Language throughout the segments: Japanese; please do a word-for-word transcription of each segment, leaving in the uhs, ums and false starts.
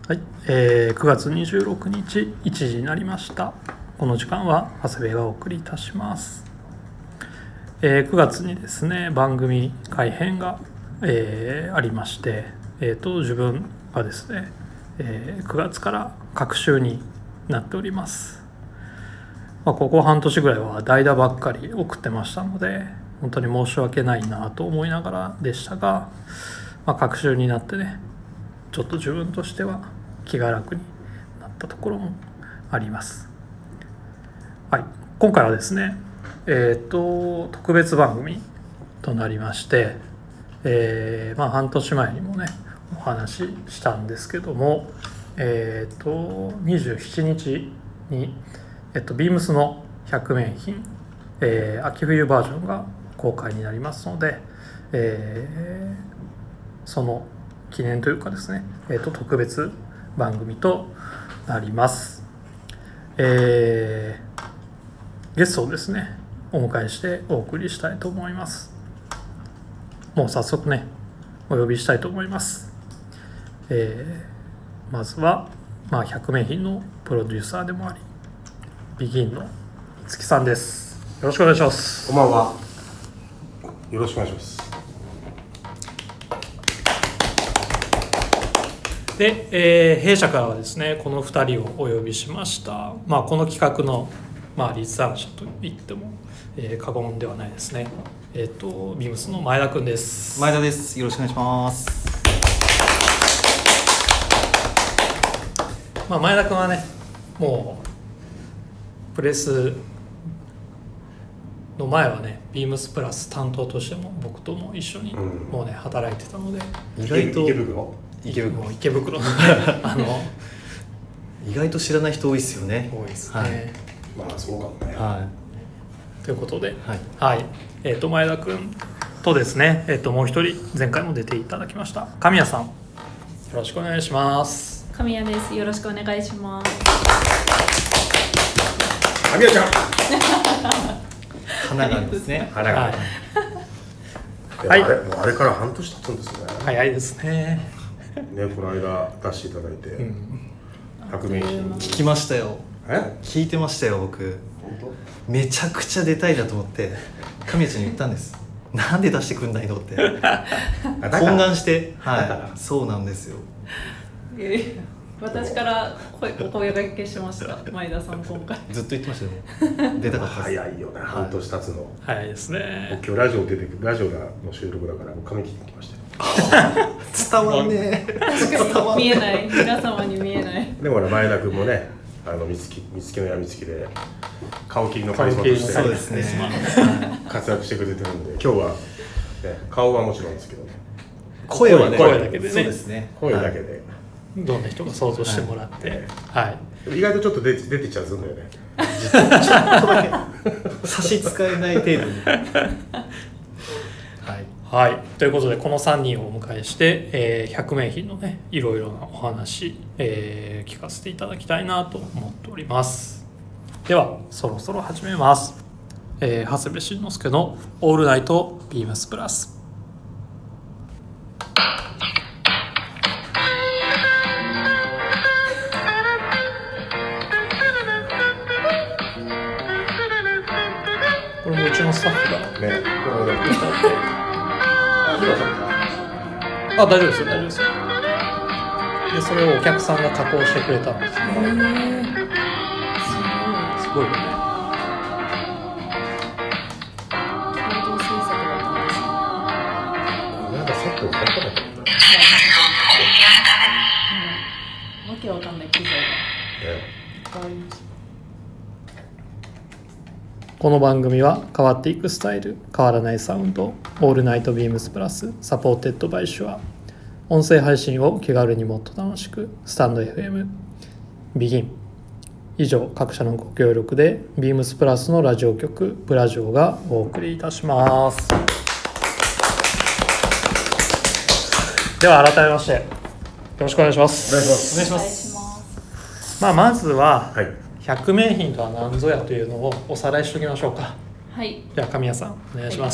はい、えー、くがつにじゅうろくにちいちじになりました。この時間は長谷部がお送りいたします。えー、くがつにですね番組改編が、えー、ありまして、えー、と自分がですね、えー、くがつから隔週になっております。まあ、ここ半年ぐらいは代打ばっかり送ってましたので本当に申し訳ないなと思いながらでしたが、まあ、隔週になってねちょっと自分としては気が楽になったところもあります。はい、今回はですね、えー、と特別番組となりまして、えーまあ、半年前にもねお話ししたんですけども、えー、とにじゅうしちにちに、えっと、ビームスのひゃくめいひん、えー、秋冬バージョンが公開になりますので、えー、その記念というかですね、えー、と特別番組となります。えー、ゲストをですねお迎えしてお送りしたいと思います。もう早速ねお呼びしたいと思います。えー、まずは、まあ、ひゃくめいひんのプロデューサーでもありビギンの五木さんです。よろしくお願いします。 こんばんは。よろしくお願いします。 で、えー、弊社からはですねこのふたりをお呼びしました。まあ、この企画の、まあ、立案者と言っても、えー、過言ではないですね。えっ、ー、とビームスの前田くんです。 前田です。よろしくお願いします。 まあ、前田くんはねもうプレスの前はねビームスプラス担当としても僕とも一緒にもうね、うん、働いてたので意外と池袋池袋池袋あの意外と知らない人多いですよね。 多いですね、 はい、まあそうかもね、 はい、 ということで、 はいはい、えー、と前田くんとですね、えー、ともう一人前回も出ていただきました神谷さんよろしくお願いします。 神谷です。よろしくお願いします。 神谷ちゃん花があるんですね。 花が、 はいはい、あれ、もうあれから半年経つんですね。 早いですね。 ね、この間出していただいて、うん、ひゃくめいひん聞きましたよ。 え？ 聞いてましたよ僕。 本当？ めちゃくちゃ出たいなと思って神谷ちゃんに言ったんです。なんで出してくんないのって懇願して、はい、そうなんですよ。 私から声お声掛けしました前田さん今回ずっと言ってましたよ出たかったです。 早いよね、半年経つの。 早いですね。 今日ラジオ出てラジオの収録だから髪切ってきましたよ。 伝わんねえ見えない皆様に見えない。 でも前田君もねあの三月三月のやみつきで顔切りのカリスマとして、 そうですね活躍してくれてるんで今日は、ね、顔はもちろんですけどね声はね声だけでねそうですね声だけで、はい、 どんな人か想像してもらって、はいはい、 意外とちょっと出てきちゃうするんだよね。 ちょっとだけ差し支えない程度にはいはい、ということでこのさんにんをお迎えして、えー、ひゃくめいひんのねいろいろなお話、えー、聞かせていただきたいなと思っております。ではそろそろ始めます。えー、長谷部慎之介のオールナイトビームスプラス。これもうちのスタッフがね、これあ、大丈夫ですよ、大丈夫ですよ。で、それをお客さんが加工してくれたんですよ。 へー、 すごいよね。 共同制作だったんですね。 なんかセットを買ったかったんだ。 うん、わけわかんない機材がいっぱいありました。 この番組は変わっていくスタイル、変わらないサウンド、オールナイトビームスプラス、サポーテッドバイシュア。音声配信を気軽にもっと楽しく、スタンド エフエム、ビギン。以上、各社のご協力で、ビームスプラスのラジオ局、ブラジオがお送りいたします。では改めまして、よろしくお願いします。 お願いします。 お願いしまお願いしす。 ます。 まあ、まずは、 はい、 ひゃくめいひんとは何ぞやというのをおさらいしておきましょうか。 はい。 じゃあ神谷さんお願いします。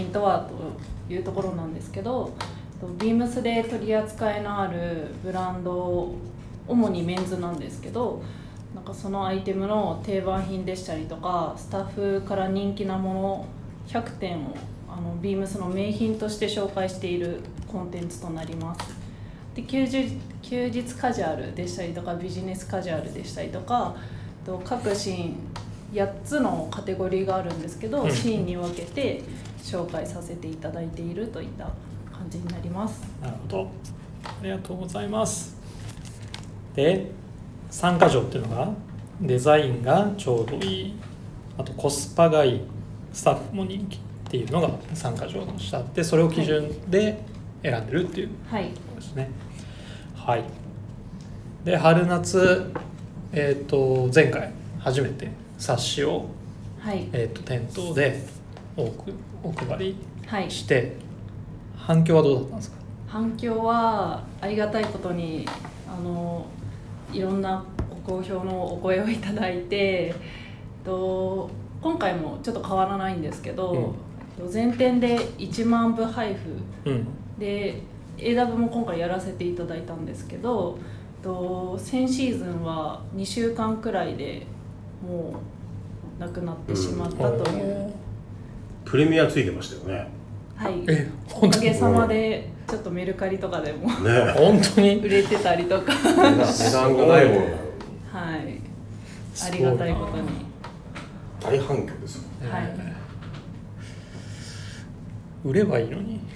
はい、とひゃくめいひんとはというところなんですけど、 ビームスで取り扱いのあるブランド、主にメンズなんですけど、なんかそのアイテムの定番品でしたりとか、スタッフから人気なものひゃくてんをあのビームスの名品として紹介しているコンテンツとなります。で、休日、休日カジュアルでしたりとか、ビジネスカジュアルでしたりとか、と各シーンやっつのカテゴリーがあるんですけど、 うん、 シーンに分けて紹介させていただいているといった感じになります。 なるほど、ありがとうございます。で、さん箇条っていうのがデザインがちょうどいい、あとコスパがいい、スタッフも人気っていうのがさん箇条としてあって、それを基準で選んでるっていうところですね。はい、はい、で春夏、えー、と前回初めて冊子を、 はい、 えー、と店頭でおくお配りして、はい、反響はどうだったんですか？ 反響はありがたいことにあのいろんなご好評のお声をいただいて、と今回もちょっと変わらないんですけど、うん、前店でいちまんぶ配布、うん、で エーダブリュー も今回やらせていただいたんですけど、と先シーズンはにしゅうかんくらいでもうなくなってしまったという、うん、 プレミアついてましたよね。 はい、えおかげさまでちょっとメルカリとかでも、 ね、本当に売れてたりとか値段がないものがはい、ありがたいことに大反響ですよ、 はい、 売ればいいのにね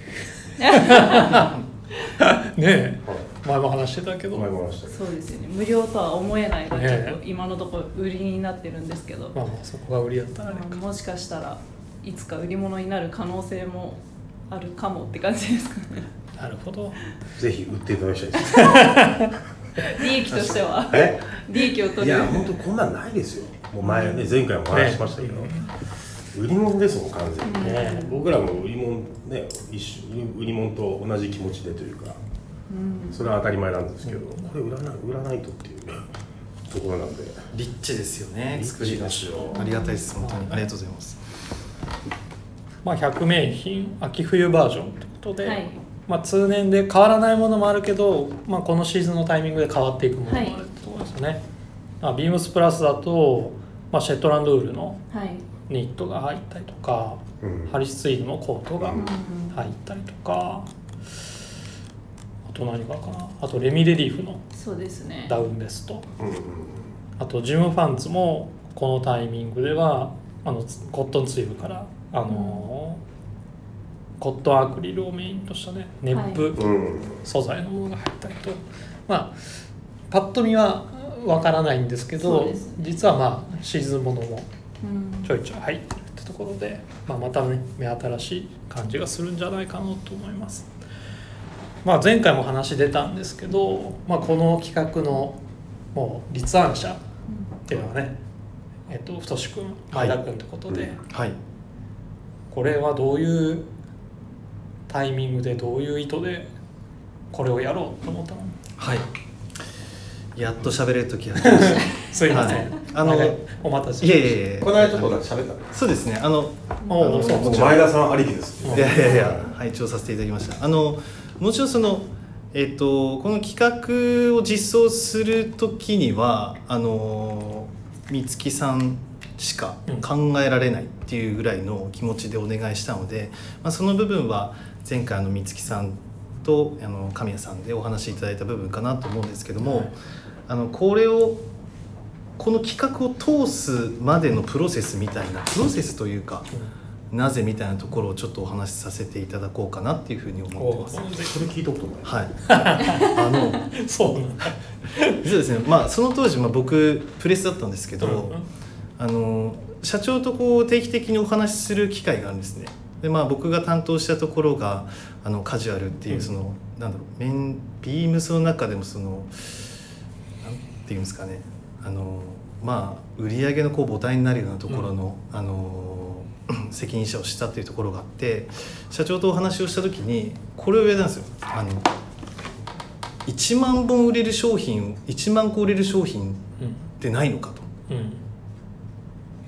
え、はい、前も話してたけど、 前も話したけどそうですよね、無料とは思えないがちょっと今のところ売りになってるんですけど、 まあ、そこが売りだったら、ね、 もしかしたらいつか売り物になる可能性もあるかもって感じですかね。 なるほど、 ぜひ売っていただきたいです利益としてはえ利益を取る。 いや本当こんなんないですよ。もう前ね、前回も話しましたけど、ね、売り物ですもん完全に、ね、僕らも売り物ね、一緒売り物と同じ気持ちでというか、うん、それは当たり前なんですけど、これ売らない売らないとっていうところなんで、 リッチですよね、作り出しを。ありがたいです、本当にありがとうございます。 まあ、ひゃくめいひん秋冬バージョンということで、はい、まあ、通年で変わらないものもあるけど、まあ、このシーズンのタイミングで変わっていくものもあるってことですよね、はい、まあ、ビームスプラスだと、まあ、シェットランドウールのニットが入ったりとか、はい、ハリスツイードのコートが入ったりとか、あと何がかな、あとレミレリーフのダウンベスト、 そうですね、 あとジムファンツもこのタイミングではあのコットンツイブからあの、うん、コットンアクリルをメインとしたね、ネップ素材のものが入ったりと、はい、まあパッと見はわからないんですけど、ね、実はまあシーズンものもちょいちょい入ってるってところで、まあ、またね目新しい感じがするんじゃないかなと思います。まあ、前回も話出たんですけど、まあ、この企画のもう立案者っていうのはね、えっと、太志くん、前田くんってことで、 はい、 これはどういうタイミングでどういう意図でこれをやろうと思ったの？ はい、やっと喋れる時が来ました。 すいません、はい、あのお待たせしました。 いやいやいや、 この間ちょっと喋った。 そうですね、あのあのそう前田さんありきです。 いやいやいや、拝聴させていただきました。あのもちろんそのえっとこの企画を実装する時にはあの美月さんしか考えられないっていうぐらいの気持ちでお願いしたので、まあ、その部分は前回あの美月さんとあの神谷さんでお話しいただいた部分かなと思うんですけども、はい、あのこれをこの企画を通すまでのプロセスみたいなプロセスというか、うん、なぜみたいなところをちょっとお話しさせていただこうかなっていうふうに思ってます。 それ聞いたことない。 はい。あのそうなんだ。 実はですね、まあその当時まあ僕プレスだったんですけど、うん、あの社長とこう定期的にお話しする機会があるんですね。でまあ僕が担当したところがあのカジュアルっていうその、うん、なんだろうメンビームスの中でもそのなんていうんですかね。あのまあ、売り上げのこう母体になるようなところの、うん、あの責任者をしたというところがあって社長とお話をした時にこれを言われたんですよ。あのいちまんぼん売れる商品いちまんこ売れる商品ってないのかと、うん、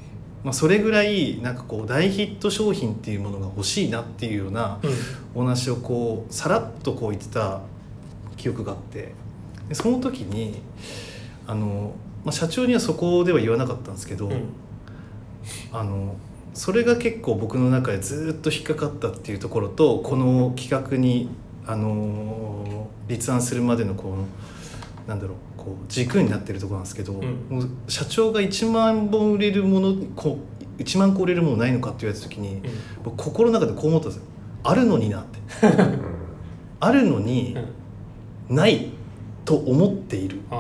まあ、それぐらいなんかこう大ヒット商品っていうものが欲しいなっていうようなお話をこうさらっとこう言ってた記憶があって、でその時にあの、まあ、社長にはそこでは言わなかったんですけど、うん、あのそれが結構僕の中でずっと引っかかったっていうところと、この企画にあの立案するまでのこのなんだろうこう軸になってるところなんですけど、うん、もう社長がいちまんぼん売れるものこういちまんこ売れるものないのかって言われた時に、うん、僕心の中でこう思ったんですよ。あるのになってあるのに、うん、ないと思っている、うん、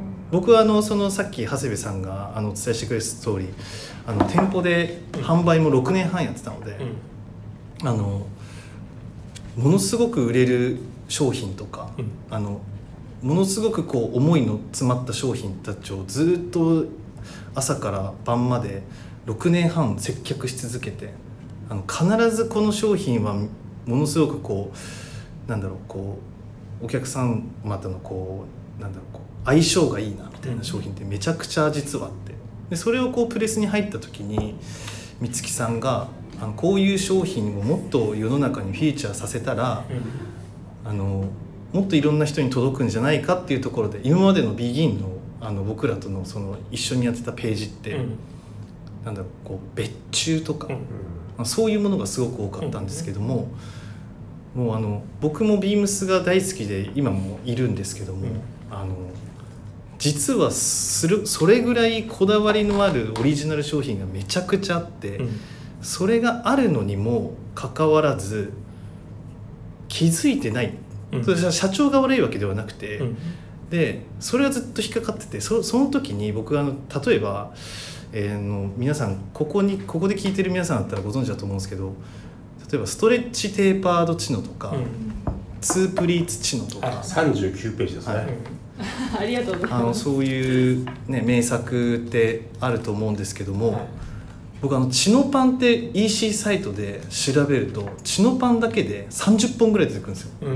僕はあのそのさっき長谷部さんがあのお伝えしてくれた通り、あの店舗で販売もろくねんはんやってたので、うん、あのものすごく売れる商品とか、うん、あのものすごくこう思いの詰まった商品たちをずっと朝から晩までろくねんはん接客し続けて、あの必ずこの商品はものすごくこうなんだろうこうお客さんまたのこうなんだろうこう相性がいいなみたいな商品ってめちゃくちゃ実はあって、でそれをこうプレスに入った時に美月さんがあのこういう商品をもっと世の中にフィーチャーさせたら、あのもっといろんな人に届くんじゃないかっていうところで、今までのビギンの、あの僕らとのその一緒にやってたページって、うん、なんだろうこう別注とか、うん、そういうものがすごく多かったんですけども、うん、もうあの僕もビームスが大好きで今もいるんですけども、うん、あの実はするそれぐらいこだわりのあるオリジナル商品がめちゃくちゃあって、うん、それがあるのにもかかわらず気づいてない、うん、それは社長が悪いわけではなくて、うん、でそれはずっと引っかかってて、 そ, その時に僕はあの例えば、えー、の皆さんここにここで聞いてる皆さんだったらご存知だと思うんですけど、例えばストレッチテーパードチノとか、うん、ツープリーツチノとかさんじゅうきゅうページですね、はい、 ありがとうございます。 あのそういう、ね、名作ってあると思うんですけども、はい、僕あのチノパンって イーシー サイトで調べるとチノパンだけでさんじゅっぽんぐらい出てくるんですよ、うん、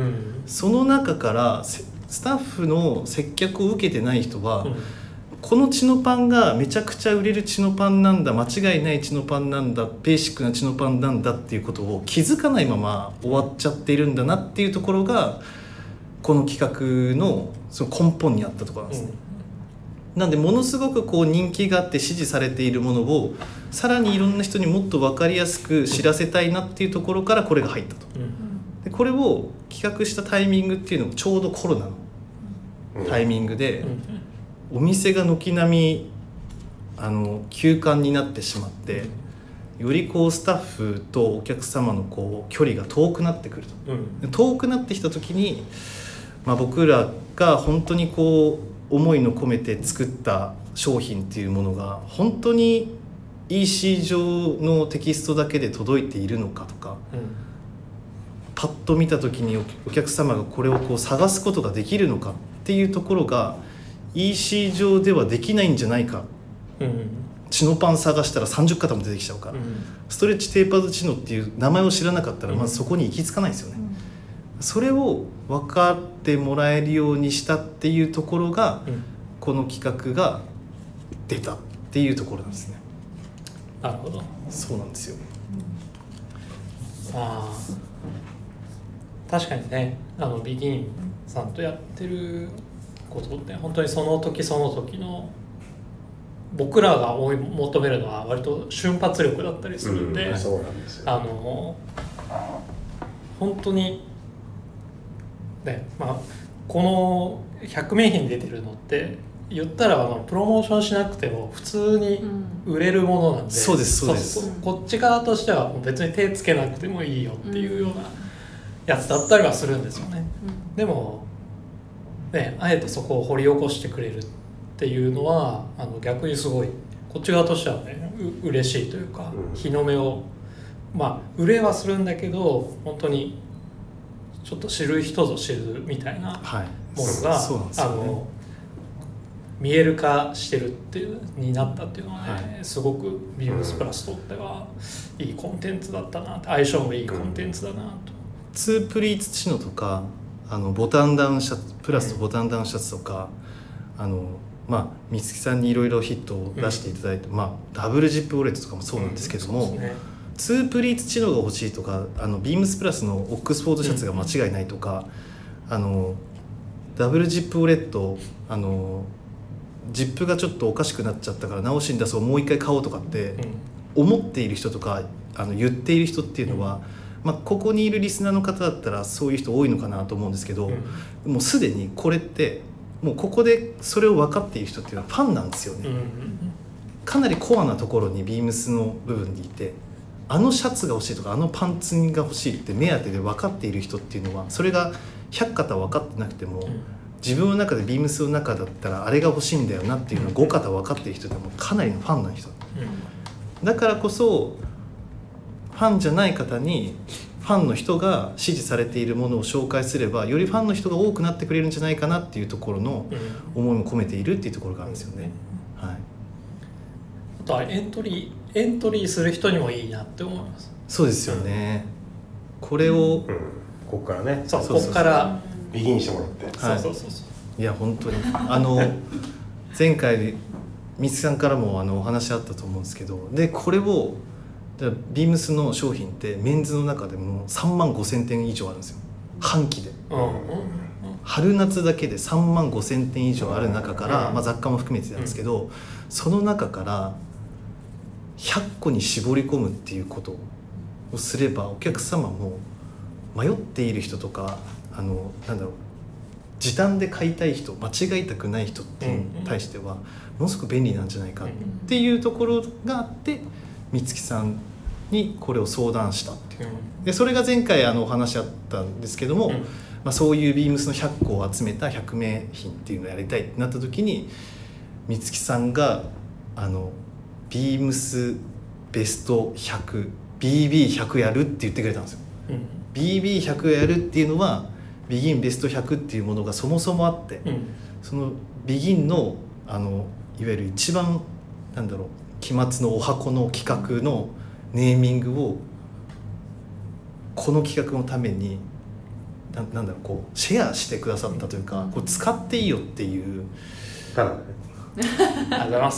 その中からスタッフの接客を受けてない人は、うん、このチノパンがめちゃくちゃ売れるチノパンなんだ、間違いないチノパンなんだ、ベーシックなチノパンなんだっていうことを気づかないまま終わっちゃっているんだなっていうところがこの企画のその根本にあったところなんですね、うん、なんでものすごくこう人気があって支持されているものをさらにいろんな人にもっと分かりやすく知らせたいなっていうところからこれが入ったと、うん、でこれを企画したタイミングっていうのもちょうどコロナのタイミングで、うん、お店が軒並みあの休館になってしまって、よりこうスタッフとお客様のこう距離が遠くなってくると、うん、遠くなってきた時に、まあ、僕らが本当にこう思いの込めて作った商品っていうものが本当に イーシー 上のテキストだけで届いているのかとか、うん、パッと見た時にお客様がこれをこう探すことができるのかっていうところが イーシー 上ではできないんじゃないか、うん、チノパン探したらさんじゅっかたも出てきちゃうから、うん、ストレッチテーパードチノっていう名前を知らなかったらまずそこに行き着かないですよね、うん、それを分かってもらえるようにしたっていうところが、うん、この企画が出たっていうところなんですね。 なるほど。 そうなんですよ、 うん、あ確かにね、あのビギンさんとやってることって本当にその時その時の僕らが追い求めるのは割と瞬発力だったりするんで、 うん、そうなんですよ。 あの本当にね、まあ、このひゃくめいひん出てるのって言ったらあのプロモーションしなくても普通に売れるものなんで、うん、 そうですそうです。 そうこっち側としては別に手つけなくてもいいよっていうようなやつだったりはするんですよね、うん、でもね、あえてそこを掘り起こしてくれるっていうのはあの逆にすごいこっち側としてはねう嬉しいというか、うん、日の目をまあ売れはするんだけど本当にちょっと知る人ぞ知るみたいなものが、はい、あの見える化してるっていうになったっていうのはね、はい、すごくビームスプラスとってはいいコンテンツだったなって、相性もいいコンテンツだなと、うん、 ツープリーツチノとかあのボタンダウンシャツプラスボタンダウンシャツとか、うん、あのまあ美月さんにいろいろヒットを出していただいて、うん、まあダブルジップウォレットとかもそうなんですけども、うんね、ツープリーツ知能が欲しいとか、あのビームスプラスのオックスフォードシャツが間違いないとか、うん、あのダブルジップウォレット、あのジップがちょっとおかしくなっちゃったから直しに出そう、もう一回買おうとかって思っている人とか、あの言っている人っていうのは、うん、まあ、ここにいるリスナーの方だったらそういう人多いのかなと思うんですけど、うん、もうすでにこれってもうここでそれを分かっている人っていうのはファンなんですよね、うん、かなりコアなところにビームスの部分にいて、あのシャツが欲しいとかあのパンツが欲しいって目当てで分かっている人っていうのは、それがひゃく方分かってなくても、うん、自分の中でビームスの中だったらあれが欲しいんだよなっていうのをご方分かっている人でもかなりのファンな人、うん、だからこそファンじゃない方にファンの人が支持されているものを紹介すれば、よりファンの人が多くなってくれるんじゃないかなっていうところの思いも込めているっていうところがあるんですよね、はい、 あとはエントリーエントリーする人にもいいなって思います。 そうですよね、これを、 うん、ここからね、 そうここからビギンしてもらって、 はい、そうそうそう、 いや本当にあの前回三月さんからもあのお話あったと思うんですけど、でこれをビームスの商品ってメンズの中でもさんまんごせんてん以上あるんですよ、半期で、うん、春夏だけでさんまんごせんてん以上ある中から、うん、まあ、雑貨も含めてなんですけど、うん、その中からひゃっこに絞り込むっていうことをすれば、お客様も迷っている人とか、あのなんだろう、時短で買いたい人、間違いたくない人っていうに対してはものすごく便利なんじゃないかっていうところがあって、美月さんにこれを相談したっていう、でそれが前回あのお話あったんですけども、うん、まあ、そういうビームスのひゃっこを集めたひゃくめい品っていうのをやりたいってなった時に、美月さんがあのビームスベストひゃく ビービーひゃく やるって言ってくれたんですよ、うん、ビービーひゃく やるっていうのはビギンベストひゃくっていうものがそもそもあって、うん、そのビギンのあのいわゆる一番なんだろう、期末のお箱の企画のネーミングをこの企画のために な, なんだろうこうシェアしてくださったというか、これ使っていいよっていうただねありがとうございます。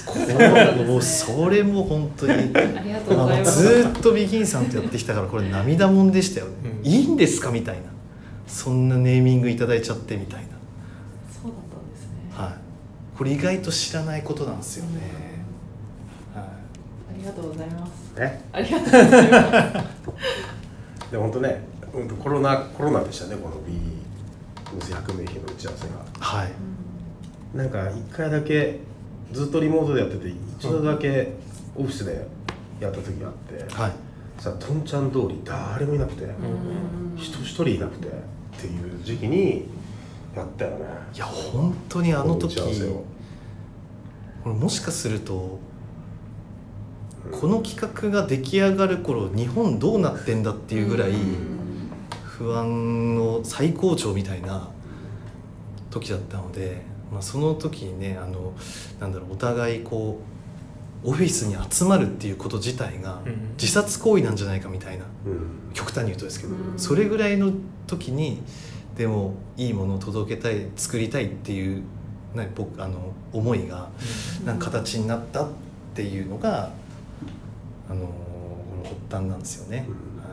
これもうそれも本当にありがとうございます。 ずっとビギンさんとやってきたからこれ涙もんでしたよね、うん、いいんですかみたいな、そんなネーミングいただいちゃってみたいな。 そうだったんですね、 はい、これ意外と知らないことなんですよね、 うん、はい、ありがとうございます。 ね、 ありがとうございますで本当ね、コロナコロナでしたね、この ビームスひゃくめい品の打ち合わせが。 はい、 なんか一回だけずっとリモートでやってて、一度だけオフィスでやった時があって、はい、さとんちゃん通り誰もいなくて、人一人いなくてっていう時期にやったよね。 いや本当にあの時これもしかすると、うん、この企画が出来上がる頃日本どうなってんだっていうぐらい不安の最高潮みたいな時だったので、まあ、その時にね、あのなんだろう、お互いこうオフィスに集まるっていうこと自体が自殺行為なんじゃないかみたいな、うん、極端に言うとですけど、うん、それぐらいの時にでもいいものを届けたい、作りたいっていうな僕あの思いがなんか形になったっていうのが、あのこの発端なんですよね、うん、はい、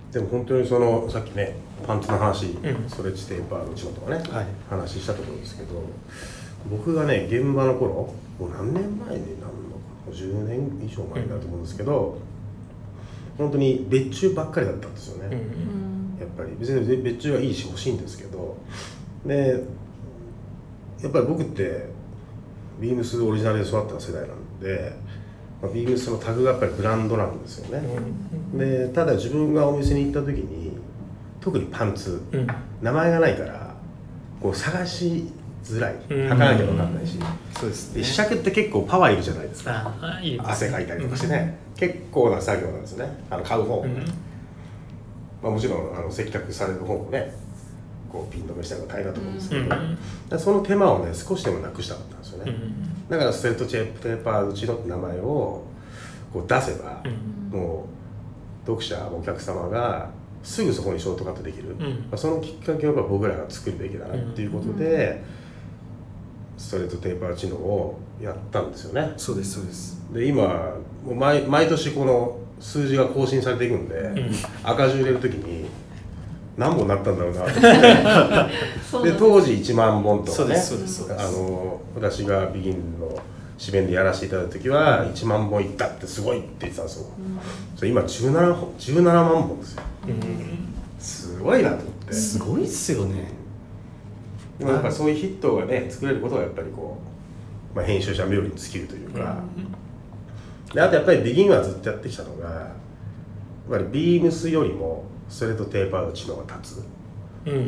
でも本当にそのさっきねパンツの話、うん、ストレッチテーパーのうちのとかね、はい、話したところですけど、僕がね現場の頃、もう何年前になるのかな、じゅうねん以上前だと思うんですけど、うん、本当に別注ばっかりだったんですよね、うん、やっぱり別に別注はいいし欲しいんですけど、でやっぱり僕ってビームスオリジナルで育った世代なんで、まあ、ビームスのタグがやっぱりブランドなんですよね、うん、でただ自分がお店に行った時に特にパンツ、うん、名前がないからこう探しづらい、履かなきゃ分かんないし、うん、そうですね、試着って結構パワーいるじゃないですか、あいいですね、汗かいたりとかしてね、うん、結構な作業なんですよね、あの買う方も、ね、うん、まあ、もちろんあの接客される方もねこうピン止めしたのが大変だと思うんですけど、うん、その手間をね少しでもなくしたかったんですよね、うん、だからストレートチェップテーパーうちの名前をこう出せば、うん、もう読者お客様がすぐそこにショートカットできる、うん、まあ、そのきっかけを僕らが作るべきだなっていうことで、 ストレートテーパーチノをやったんですよね。 そうですそうです。 で今もう 毎, 毎年この数字が更新されていくんで、うん、赤字入れるときに何本なったんだろうなと思ってで当時いちまんぼんとかね、あの私がビギンの紙面でやらせていただいた時はいちまんぼんいったってすごいって言ってたんですよ、うん、それ今じゅうななまんぼんですよ、うん、すごいなと思ってすごいっすよね。 でもやっぱそういうヒットがね作れることがやっぱりこう、まあ、編集者冥利に尽きるというか、うん、であとやっぱりビギンはずっとやってきたのがやっぱりビームスよりもストレートテーパーの知能が立つ、うんうんうん、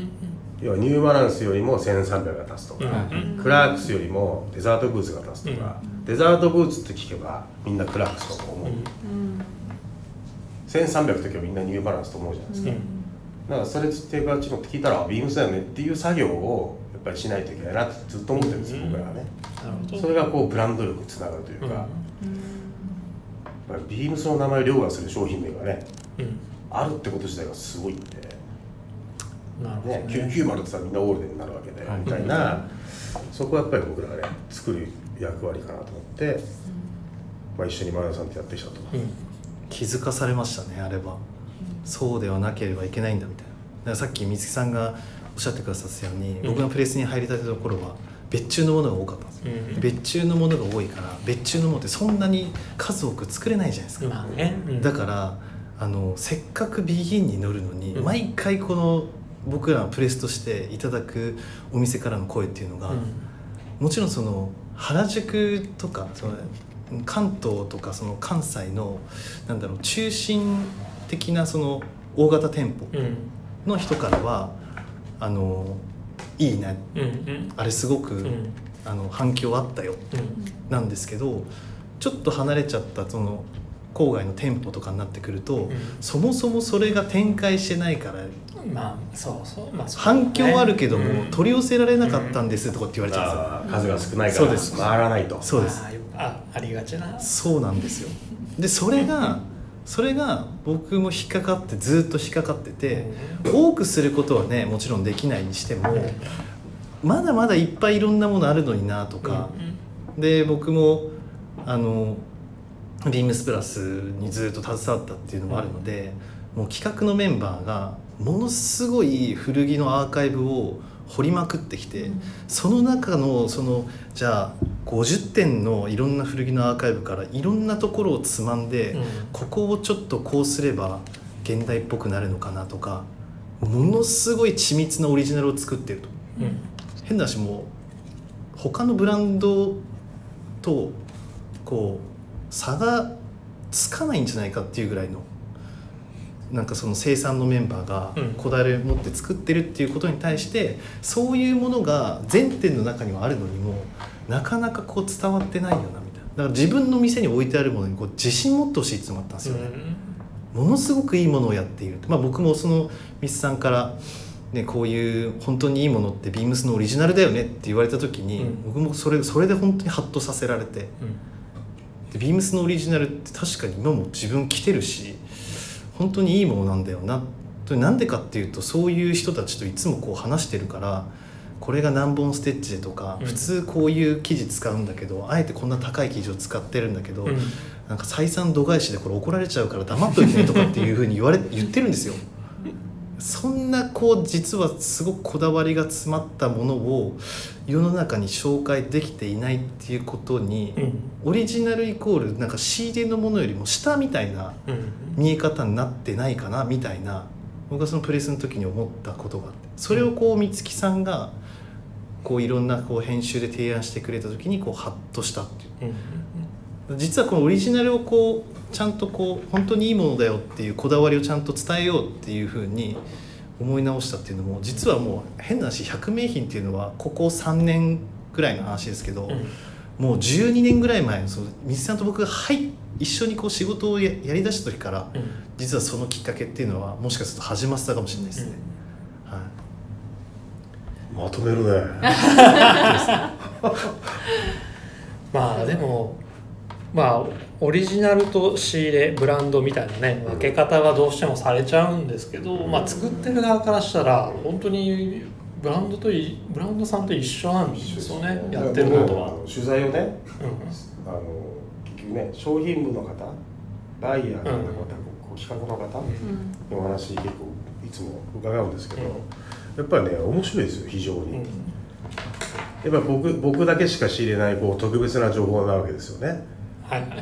要はニューバランスよりもせんさんびゃくが立つとか、うんうん、クラークスよりもデザートブーツが立つとか、うん、デザートブーツって聞けばみんなクラークスと思う、うん、せんさんびゃくの時はみんなニューバランスと思うじゃないですか、うん、だからストレートテーパー知能って聞いたらビームスだよねっていう作業をやっぱりしないといけないなってずっと思ってるんですよ、うん、僕らはね。それがこうブランド力につながるというか、うん、やっぱりビームスの名前を凌駕する商品名がね、うんあるってこと自体がすごいんで、なるほどね、きゅうひゃくきゅうじゅうって言ったらみんなオールデンになるわけで、はい、みたいな、そこはやっぱり僕らがね作る役割かなと思って、うんまあ、一緒に前田さんとやってきたと、うん、 気づかされましたねあれば、うん、そうではなければいけないんだみたいな。だからさっき水木さんがおっしゃってくださったように、うん、僕がプレスに入りたての頃は別注のものが多かったんですよ、うん、別注のものが多いから別注のものってそんなに数多く作れないじゃないですか、まあねうん、だからあのせっかくビギンに乗るのに、うん、毎回この僕らのプレスとしていただくお店からの声っていうのが、うん、もちろんその原宿とかその関東とかその関西のなんだろう中心的なその大型店舗の人からは、うん、あのいいね、うんうん、あれすごく、うん、あの反響あったよ、うん、なんですけどちょっと離れちゃったその郊外の店舗とかになってくると、うん、そもそもそれが展開してないから、 まあそうそう、まあそうね、 反響あるけども、うん、取り寄せられなかったんですとかって言われちゃうんですよ、うん、数が少ないから回らないと。 そうです。 あ、ありがちな。 そうなんですよ。でそれがそれが僕も引っかかってずっと引っかかってて、うん、多くすることはねもちろんできないにしても、うん、まだまだいっぱいいろんなものあるのになとか、うん、で僕もあのビームスプラスにずっと携わったっていうのもあるので、うん、もう企画のメンバーがものすごい古着のアーカイブを掘りまくってきて、うん、その中のそのじゃあごじゅってんのいろんな古着のアーカイブからいろんなところをつまんで、うん、ここをちょっとこうすれば現代っぽくなるのかなとかものすごい緻密なオリジナルを作ってると、うん、変な話もう他のブランドとこう差がつかないんじゃないかっていうぐらいのなんかその生産のメンバーがこだわりを持って作ってるっていうことに対して、うん、そういうものが全店の中にはあるのにもなかなかこう伝わってないよなみたいな。だから自分の店に置いてあるものにこう自信持ってほしいってのもあったんですよね、うん、ものすごくいいものをやっている、まあ、僕もそのミスさんからね、こういう本当にいいものってビームスのオリジナルだよねって言われた時に、うん、僕もそれ、それで本当にハッとさせられて、うん、でビームスのオリジナルって確かに今も自分着てるし本当にいいものなんだよな。なんでかっていうとそういう人たちといつもこう話してるから、これが何本ステッチでとか、うん、普通こういう生地使うんだけどあえてこんな高い生地を使ってるんだけど、うん、なんか採算度外視でこれ怒られちゃうから黙っといてねとかっていうふうに言われ言ってるんですよ。そんなこう実はすごくこだわりが詰まったものを世の中に紹介できていないっていうことに、うん、オリジナルイコールなんか仕入れのものよりも下みたいな見え方になってないかなみたいな、僕はそのプレスの時に思ったことがあって、それをこう美月さんがこういろんなこう編集で提案してくれた時にこうハッとしたっていう、うん、実はこのオリジナルをこうちゃんとこう本当にいいものだよっていうこだわりをちゃんと伝えようっていうふうに思い直したっていうのも、実はもう変な話ひゃくめいひんっていうのはここさんねんぐらいの話ですけど、うん、もうじゅうにねんぐらい前のその水さんと僕が、はい、一緒にこう仕事を や, やりだした時から、うん、実はそのきっかけっていうのはもしかすると始まってたかもしれないですね、うんはい、 まとめるねまあでもまあオリジナルと仕入れブランドみたいなね分け方がどうしてもされちゃうんですけど、まあ、作ってる側からしたら本当にブランドといブランドさんと一緒なんですよね、やってる僕ことは。 あの取材をね、 うん、 あの結局ね商品部の方、バイヤーの方、 うんこう企画の方うんのお話結構いつも伺うんですけど、やっぱりね面白いですよ非常に。 うん、 やっぱ僕僕だけしか知れないこう特別な情報なわけですよね。 はいはい。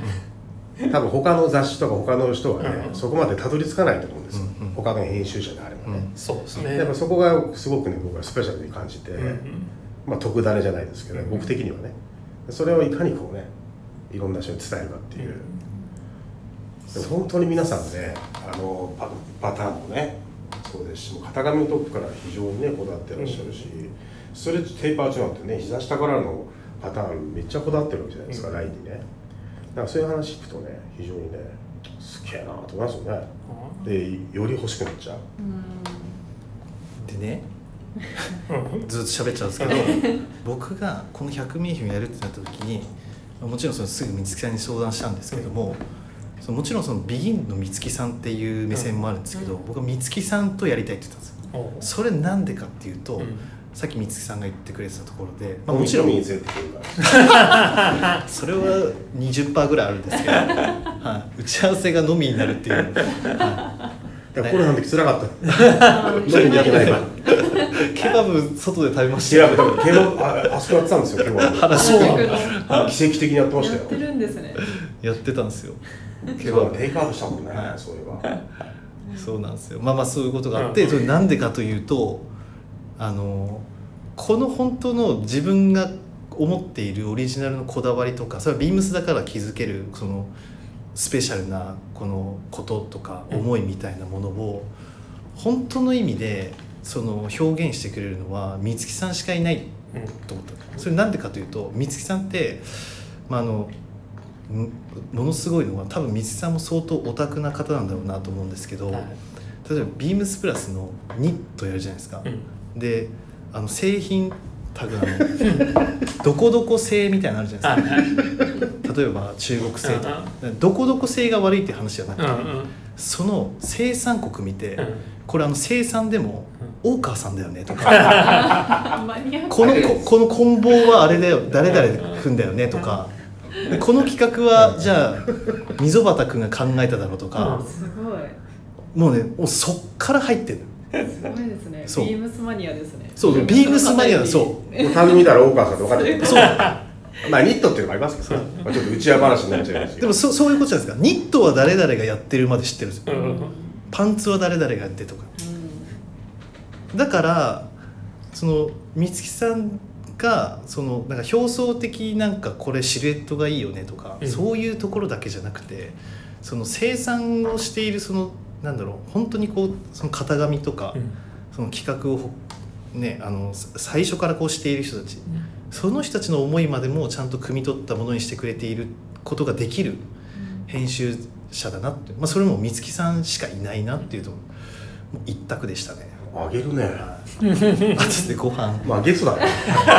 多分他の雑誌とか他の人はね、 うんそこまでたどり着かないと思うんですよ、 うんうん他の編集者であればね、 うんそうですね。 やっぱそこがすごくね僕はスペシャルに感じて、 うんうん、 まあ特ダネじゃないですけど、 うん僕的にはねそれをいかにこうねいろんな人に伝えるかっていう、でも本当に皆さんねあの パ, パターンもねそうですし、もう型紙のトップから非常にねこだわってらっしゃるし、ストレッチテーパーチなんてね膝下からのパターンめっちゃこだわってるわけじゃないですか、 うんラインにね。だからそういう話聞くとね非常にねすげえなと思いますよね。でより欲しくなっちゃう。 でねうんずっと喋っちゃうんですけど僕がこのひゃく名品をやるってなった時にもちろんそのすぐ美月さんに相談したんですけども、そのもちろんそのビギンの美月さんっていう目線もあるんですけど、僕は美月さんとやりたいって言ったんですよ。 おうそれなんでかっていうと、 うんさっき美月さんが言ってくれてたところで、まあ、 ももちろんちろん見に連れてくるからそれは にじゅっパーセント ぐらいあるんですけど、はい、打ち合わせが飲みになるっていう、はいいやコロナの時辛かった飲みに行けないからケバブ外で食べましたいやよ。 多分ケバブああそこやってたんですよケバブ話そうなんだ。 奇跡的にやってましたよやってるんですね。 やってたんですよ。ケケバブバブテイクアウトしたもんねそういえばそうなんですよ。まあまあそういうことがあって、それなんでかというと、あのこの本当の自分が思っているオリジナルのこだわりとか、それはビームスだから気づけるそのスペシャルなこのこととか思いみたいなものを本当の意味でその表現してくれるのは美月さんしかいないと思った。それなんでかというと、美月さんって、まあ、あのものすごいのは多分美月さんも相当オタクな方なんだろうなと思うんですけど、 はい例えばビームスプラスのニットやるじゃないですか、 うんであの製品タグのどこどこ製みたいなのあるじゃないですか、例えば中国製とかどこどこ製が悪いっていう話じゃなくて、 うんうんその生産国見て、 うんこれあの生産でも大川さんだよねとかマニアックこのここの棍棒はあれだよ誰々踏んだよねとかでこの企画はじゃあ溝端君が考えただろうとか、 すごいもうねもうそっから入ってる。 すごいですね。 そうビームスマニアですね。 そうビームスマニアそうもうタグ見たら大川さんって分かってるそうまあニットっていうのもありますけどね、まあ、ちょっと内輪話になっちゃいますけどでもそそういうことじゃないですか。ニットは誰々がやってるまで知ってるんですよ、 うんうんパンツは誰々がやってとか。 うだからその美月さんがそのなんか表層的なんかこれシルエットがいいよねとか、 うんそういうところだけじゃなくて、その生産をしているそのなんだろう本当にこうその型紙とか、 うんその企画をねあの最初からこうしている人たち、その人たちの思いまでもちゃんと汲み取ったものにしてくれていることができる編集者だなって、まあ、それも美月さんしかいないなっていうともう一択でしたね。 あげるねあとでご飯まあゲストだね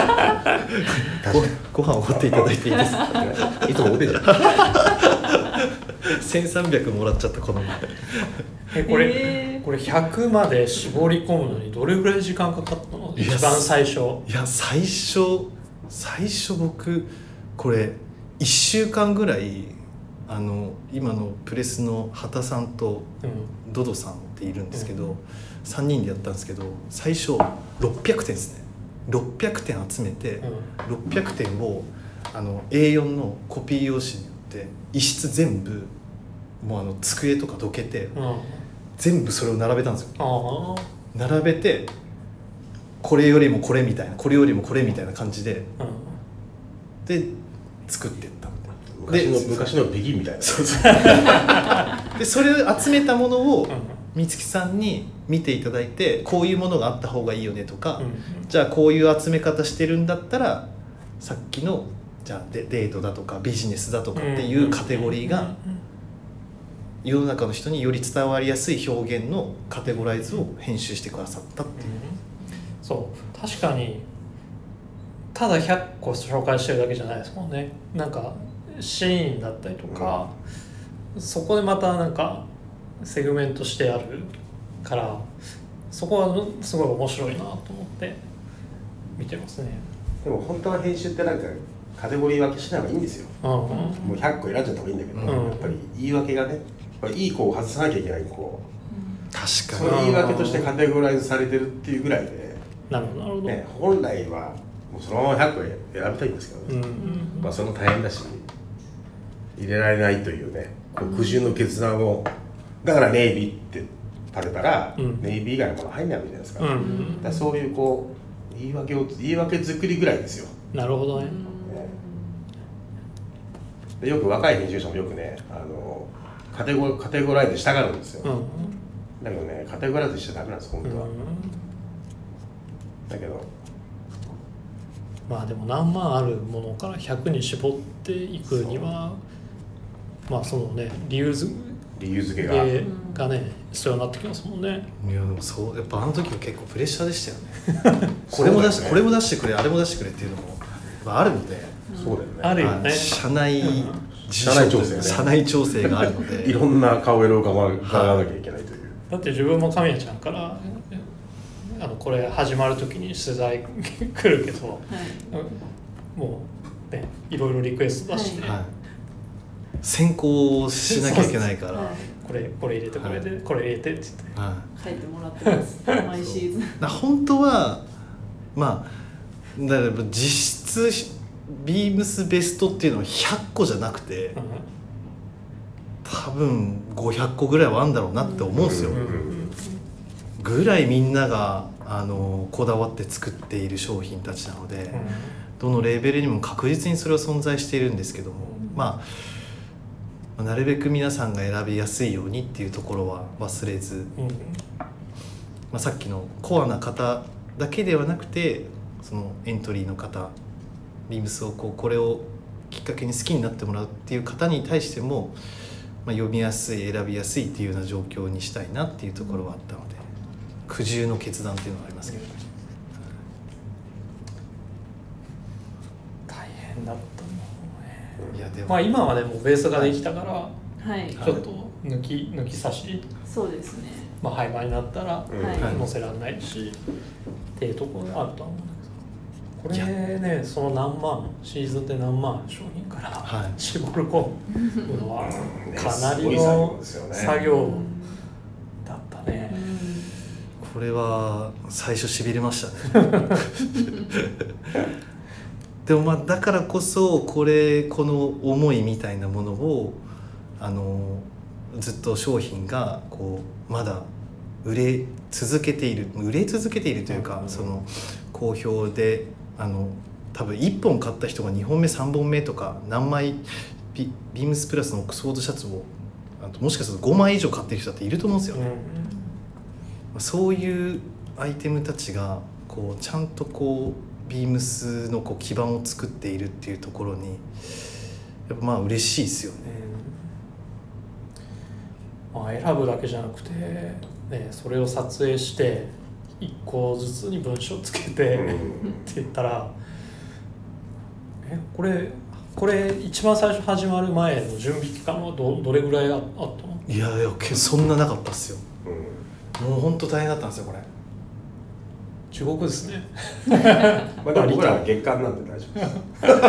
ごご飯おごっていただいていいですか。 いつもおでじゃんせんさんびゃくもらっちゃったこの前。 えこれ、 えーこれひゃくまで絞り込むのにどれぐらい時間かかったの？ いや一番最初。 いや最初最初僕これいっしゅうかんぐらいあの今のプレスの畑さんとうんドドさんっているんですけど、 うんさんにんでやったんですけど、最初ろっぴゃくてんですね。ろっぴゃくてん集めて、 うんろっぴゃくてんをあの エーよん のコピー用紙によって一室全部もうあの机とかどけてうん全部それを並べたんですよ。 ああ並べてこれよりもこれみたいなこれよりもこれみたいな感じでうんで作っていったみたいな。 昔の昔のビギンみたいなそうそうでそれを集めたものをうん美月さんに見ていただいて、こういうものがあった方がいいよねとか、 うんじゃあこういう集め方してるんだったらさっきのじゃあデデートだとかビジネスだとかっていうカテゴリーが世の中の人により伝わりやすい表現のカテゴライズを編集してくださったっていう。 そう確かにただひゃっこ紹介してるだけじゃないですもんね。なんかシーンだったりとか、そこでまたなんかセグメントしてあるから、そこはすごい面白いなと思って。 見てますね。 でも本当は編集ってなんかカテゴリー分けしない方がいいんですよ、 うんうん、 もうひゃっこ選んじゃった方がいいんだけど、 うん、 やっぱり言い訳がね、やっぱりいい子を外さなきゃいけない子、 確かにその言い訳としてカテゴライズされてるっていうぐらいで、 なるほどなるほど、 ね、本来はもうそのままひゃっこ選びたいんですけどね、 うんうん、 まあその大変だし入れられないというね、こう苦渋の決断を、だからネイビーって食べたら、うん、ネイビー以外のもの入んないわけじゃないですか、うん、だからそういうこう言い訳を言い訳作りぐらいですよ。 なるほどね。 でよく若い編集者もよくね、あのカテゴカテゴライズしたがるんですよ、うん、だけどねカテゴライズしちゃダメなんです本当は、うん、だけどまあでも何万あるものからひゃくに絞っていくにはまあそのね理由づ理由付けががね必要になってきますもんね。 いやでもそうやっぱあの時は結構プレッシャーでしたよねこれも出し、ね、これも出してくれあれも出してくれっていうのもあるので、 そうだよね、 あるよね、 社内、うん、 社内調整、ね、 社内調整があるのでいろんな顔色を伺わなきゃいけないという、 だって自分も神谷ちゃんからあのこれ始まる時に取材来るけど、はい、もうねいろいろリクエストだしね、はい、 先行しなきゃいけないから、はい、 これこれ入れてこれで、はい、これ入れてって言って、 はい、書いてもらってます毎シーズン。 だ本当はまあだから実質ビームスベストっていうのはひゃっこじゃなくて、うん、多分ごひゃっこぐらいはあるんだろうなって思うんですよ、うんうんうん、ぐらいみんながあのこだわって作っている商品たちなので、うん、どのレーベルにも確実にそれは存在しているんですけども、うん、まあなるべく皆さんが選びやすいようにっていうところは忘れず、うんまあ、さっきのコアな方だけではなくてそのエントリーの方ビームスをこうこれをきっかけに好きになってもらうっていう方に対しても、まあ、読みやすい選びやすいっていうような状況にしたいなっていうところはあったので苦渋の決断っていうのはありますけど、 大変だったのね。 いやでもまあ今はでもベースができたから、 はい、 ちょっと抜き抜き差しそうですね、 まあ、廃盤になったら載せられないし、 はい、 っていうところがあるとは思うんだけど、これねその何万シーズンで何万商品から絞り込むのはかなりの作業だったね。 これは最初しびれましたねでもまあだからこそこれこの思いみたいなものをあのずっと商品がこうまだ売れ続けている売れ続けているというか、うん、その好評であの多分いっぽん買った人がにほんめさんぼんめとか何枚 ビ, ビームスプラスのオックスフォードシャツをあともしかするとごまい以上買ってる人だっていると思うんですよね、うん、そういうアイテムたちがこうちゃんとこうビームスのこう基盤を作っているっていうところにやっぱまあ嬉しいですよね、 うんまあ、選ぶだけじゃなくて、ね、それを撮影していっこずつに文章つけてって言ったらえこれこれ一番最初始まる前の準備期間は ど, どれぐらいあったの？ いやいやそんななかったっすよ、うん、もう本当大変だったんですよこれ。 地獄ですねまあでも僕らは月間なんで大丈夫です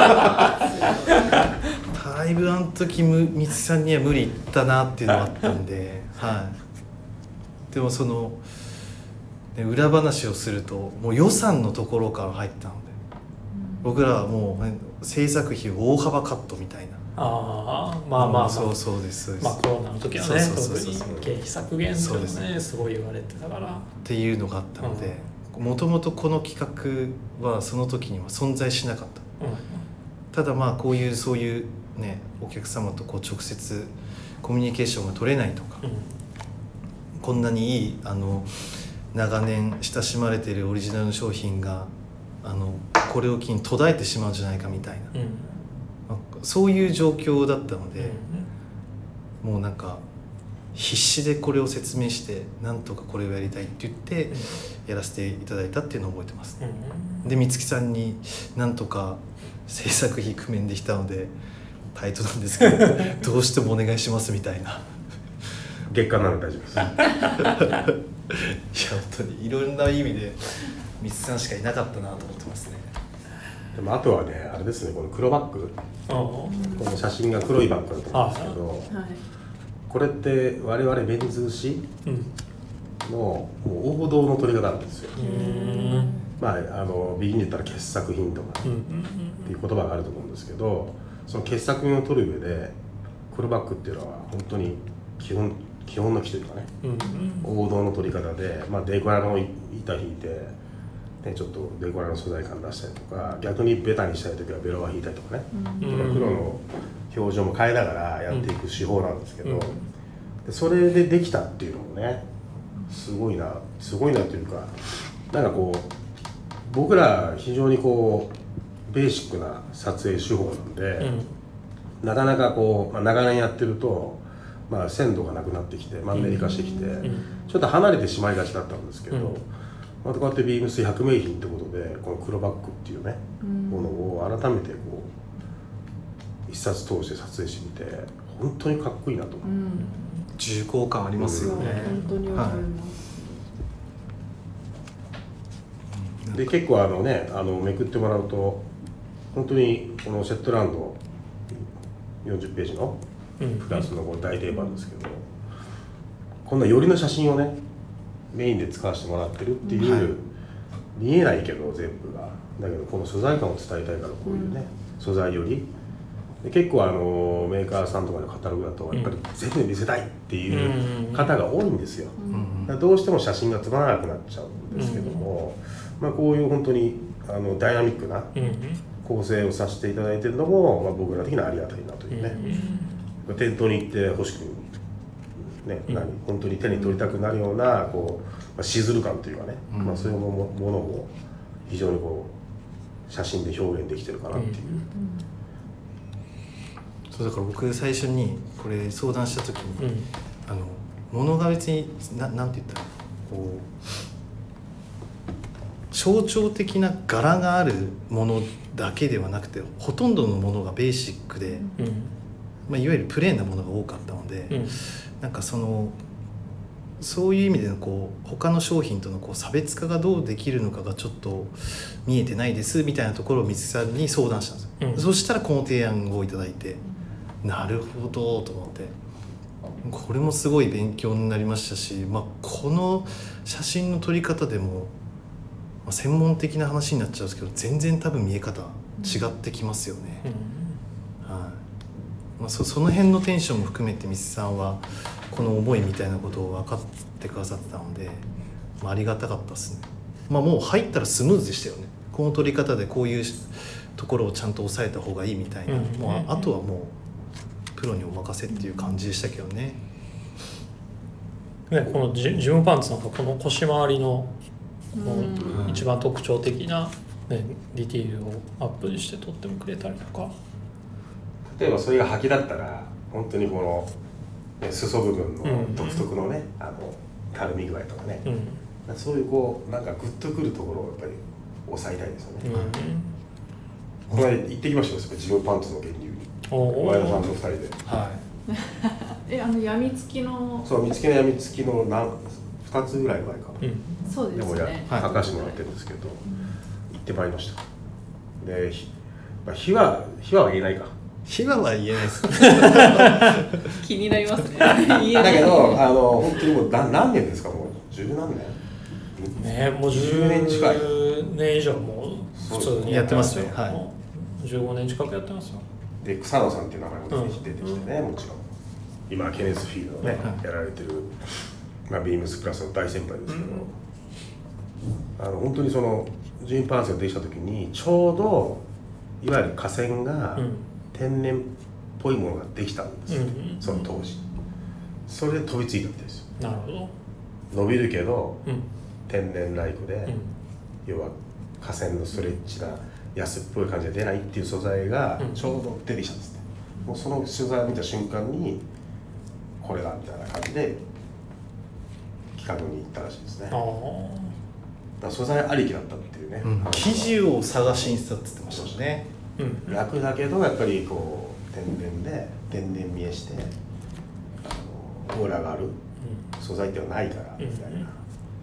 だいぶあの時三木さんには無理いったなっていうのがあったんで、はい、でもその裏話をするともう予算のところから入ったので僕らはもう、ね、制作費大幅カットみたいな。 ああまあまあまあそうそうですそうです。 まあコロナの時はね特に経費削減ってねすごい言われてたからっていうのがあったのでもともとこの企画はその時には存在しなかった、うん、ただまあこういうそういうねお客様とこう直接コミュニケーションが取れないとか、うん、こんなにいいあの長年親しまれているオリジナルの商品があのこれを機に途絶えてしまうんじゃないかみたいな、うんまあ、そういう状況だったので、うん、もうなんか必死でこれを説明してなんとかこれをやりたいって言ってやらせていただいたっていうのを覚えてます、うん、で三月さんになんとか制作費工面できたのでタイトなんですけどどうしてもお願いしますみたいな月間なので大丈夫ですいや本当にいろんな意味で三つさんしかいなかったなと思ってますね。 でもあとはねあれですね、この黒バッグ、この写真が黒いバッグだと思うんですけど、 はい、 これって我々メンズ誌のもう王道の撮り方なんですよ。まあ、あのビギンで言ったら傑作品とかっていう言葉があると思うんですけど、その傑作品を撮る上で黒バッグっていうのは本当に基本基本の木というかね、王道の撮り方で、まあ、デコラの板引いて、ね、ちょっとデコラの素材感出したりとか、逆にベタにしたい時はベロア引いたりとかね、とか黒の表情も変えながらやっていく手法なんですけど、でそれでできたっていうのもねすごいなすごいなというか、なんかこう僕ら非常にこうベーシックな撮影手法なんで、うん、なかなかこう、まあ、長年やってると、まあ、鮮度がなくなってきてマンネリ化してきて、うん、ちょっと離れてしまいがちだったんですけど、うん、またこうやってビームスひゃく名品ってことでこの黒バッグっていうね、うん、ものを改めてこう一冊通して撮影してみて本当にかっこいいなと、うん、 重厚感ありますよね、 うん、本当にわかります、 はい、で結構あのねあのめくってもらうと本当にこのシェットランドよんじゅっページのプラスのこう大定番ですけど、こんな寄りの写真をねメインで使わせてもらってるっていう、はい、見えないけど全部がだけどこの素材感を伝えたいからこういうね、うん、素材よりで結構あのメーカーさんとかのカタログだとやっぱり全部見せたいっていう方が多いんですよ、うん、だからどうしても写真がつまらなくなっちゃうんですけども、うん、まあ、こういう本当にあのダイナミックな構成をさせていただいているのも、まあ、僕ら的にはありがたいなというね、うん、店頭に行って欲しくね、うん、何本当に手に取りたくなるようなこう、まあ、しずる感というかね、うん、まあ、そういうものを非常にこう写真で表現できてるかなっていう、うん、 そうだから僕最初にこれ相談した時に、うん、あの物が別に な, なんて言ったらこう象徴的な柄があるものだけではなくてほとんどのものがベーシックで、うん、まあ、いわゆるプレーンなものが多かったので、うん、なんかそのそういう意味でのこう他の商品とのこう差別化がどうできるのかがちょっと見えてないですみたいなところを三木さんに相談したんですよ、うん、そしたらこの提案をいただいて、なるほどと思って、これもすごい勉強になりましたし、まあ、この写真の撮り方でも、まあ、専門的な話になっちゃうんですけど全然多分見え方違ってきますよね、うん、はい、まあ、そ, その辺のテンションも含めて三木さんはこの思いみたいなことを分かってくださってたので、まあ、ありがたかったですね、まあ、もう入ったらスムーズでしたよね。この撮り方でこういうところをちゃんと抑えた方がいいみたいな、うん、もうあとはもうプロにお任せっていう感じでしたけどね。 ね、このジムパンツなんかこの腰回りのこの一番特徴的な、ね、ディティールをアップして撮ってもくれたりとか、 例えばそれが履きだったら本当にこの、ね、裾部分の独特のね、うん、あのたるみ具合とかね、うん、そういうこうなんかグッとくるところをやっぱり抑えたいですよね、うん、この間行ってきましたよ、ジムパンツの源流に前田さんとふたりで、はいえ、あのやみつきのそう、みつきのやみつきの何ふたつぐらい前か、うん、 そうですね、 でもや書かせてもらってるんですけど、うん、行ってまいりました。で、ひ、まあ、秘話秘話は言えないか、 秘話は言えないです気になりますねだけどあの本当にもう何何年ですか、もう十何年ね、もうじゅうねん近いじゅうねん以上もう普通にやってますよ、はい、じゅうごねん近くやってますよ。 で草野さんっていう名前も出てきてね、うん、もちろん今ケネスフィールドね、うん、やられてる、まあ、ビームスプラスの大先輩ですけど、うん、あの本当にそのジムパンツができた時にちょうどいわゆる河川が天然っぽいものができたんですよ、うん、その当時それで飛びついたみたいですよ。 なるほど。 伸びるけど、うん、天然ライクで、 うん、 要は河川のストレッチな安っぽい感じが出ないっていう素材がちょうど出てきたんですね、うん、もうその取材を見た瞬間にこれだみたいな感じで企画に行ったらしいですね。あ、だから素材ありきだったっていうね、うん、 生地を探しにしたって言ってましたね、 うん、楽だけどやっぱりこう天然で天然見えしてあのオーラがある素材ってはないからみたいな、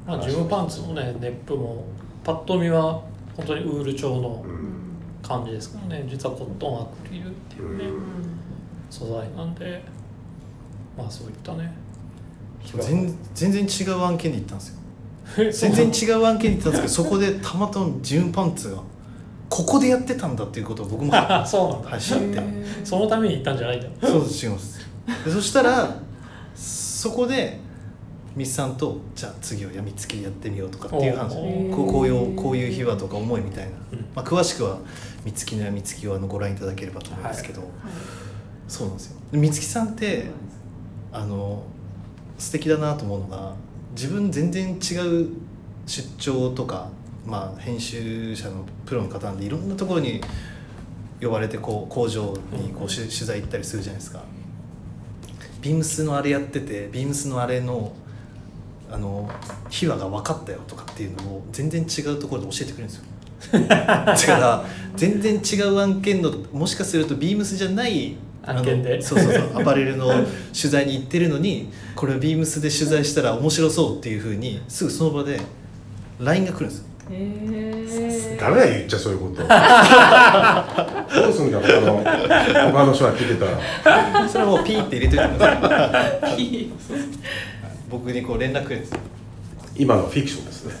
まあ、ジムパンツのねネップもパッと見は本当にウール調の感じですからね、実はコットンアクリルっていうね、うん、素材なんで、まあそういったね全, 全然違う案件で行ったんですよ全然違う案件で行ったんですけどそこでたまたまジムパンツがここでやってたんだっていうことを僕もそうなんだ走ってそのために行ったんじゃないんだそうです、違いますでそしたらそこでミスさんとじゃあ次はやみつきやってみようとかっていう話こう、こういうこういう秘話とか思いみたいな、うんまあ、詳しくはみつきのやみつきをあのご覧いただければと思うんですけど、はい、そうなんですよみつきさんってあの素敵だなと思うのが自分全然違う出張とか、まあ、編集者のプロの方なんでいろんなところに呼ばれてこう工場にこう取材行ったりするじゃないですか。ビームスのあれやっててビームスのあれのあの秘話が分かったよとかっていうのを全然違うところで教えてくれるんですよだから全然違う案件のもしかするとビームスじゃない案件でそうそうそうアパレルの取材に行ってるのにこれビームスで取材したら面白そうっていう風にすぐその場で ライン が来るんですよ。 へーダメだよ言っちゃそういうことどうすんだ他の他の人が聞いてたらそれはもうピーって入れといてくださいピー僕にこう連絡くれるんですよ。 今のフィクションですね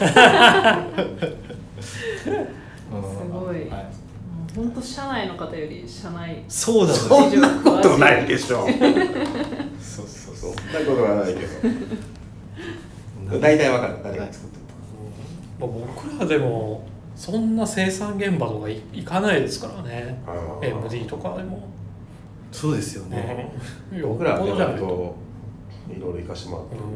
すごい、はい、本当社内の方より社内そうだそんなことないでしょそうそうそんなことはないけど大体わかる誰が作ってると、うん、僕らでもそんな生産現場とか行かないですからね エムディー とかでもそうですよね、 うん、僕らはね割といろいろ行かしてもらってるんでね、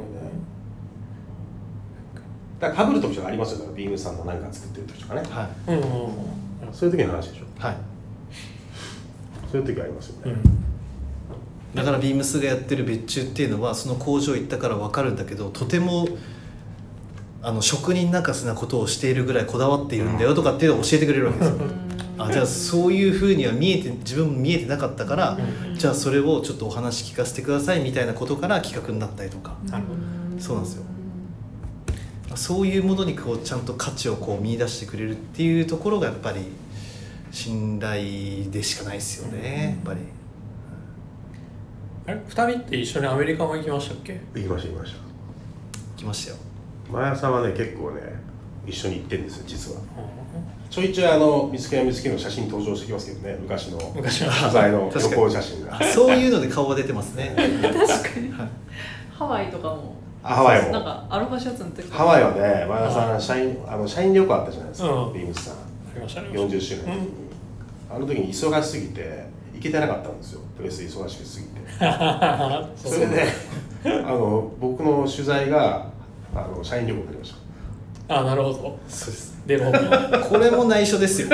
うん、だから被る時とかありますよねビームさんの何か作ってる時とかね、はいうんうんうん、そういう時の話でしょ。はいそういう時ありますよね、 うん、だからビームスがやってる別注っていうのはその工場行ったから分かるんだけどとてもあの職人泣かせなことをしているぐらいこだわっているんだよとかっていうのを教えてくれるわけですよあじゃあそういうふうには見えて自分も見えてなかったからじゃあそれをちょっとお話聞かせてくださいみたいなことから企画になったりとかそうなんですよ。そういうものにこうちゃんと価値をこう見出してくれるっていうところがやっぱり信頼でしかないですよねやっぱり。 あれふたりって一緒にアメリカも行きましたっけ？ 行きました行きました行きましたよ。 前谷さんはね結構ね一緒に行ってるんですよ実は、うん、ちょいちょいあの見つけや見つけの写真登場してきますけどね昔の昔の取材の旅行写真がそういうので顔が出てますね確かに、はい、ハワイとかもハワイもなんかアルファシャツの時ハワイはね前田さん社員あの社員旅行あったじゃないですか、うん、ビームスさんありましたねよんじゅっしゅうねんの時に、うん、あの時に忙しすぎて行けてなかったんですよプレス忙しすぎてそれであの僕の取材があの社員旅行になりました。 あなるほどそうですでもこれも内緒ですよ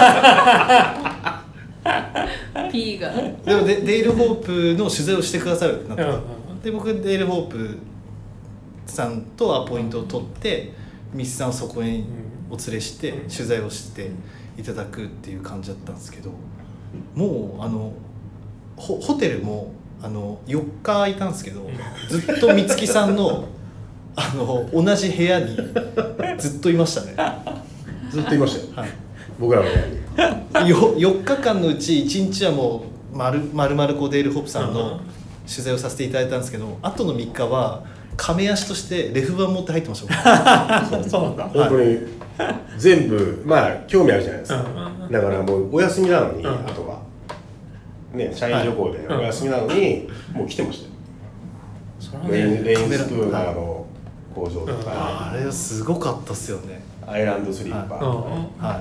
P がでもデイル・ホープの取材をしてくださるってなった、うんうん、で僕デイル・ホープさんとアポイントを取ってミスさんをそこにお連れして取材をしていただくっていう感じだったんですけどもうあの ホ, ホテルもあのよっかいたんですけどずっと美月さんのあの同じ部屋にずっといましたねずっといましたよ、はい、僕らの部屋によ, よっかかんのうちいちにちはもうまるまるこうデイル・ホープさんの取材をさせていただいたんですけどあとのみっかは亀足としてレフ板持って入ってましたそうそうなんだ本当に全部まあ興味あるじゃないですかだからもうお休みなのに、うん、あとはね社員旅行でお休みなのに、うん、もう来てましたよ、ね、レイン、レインスプーナーの工場とか、 うん、あれはすごかったっすよねアイランドスリッパーとか、 はい、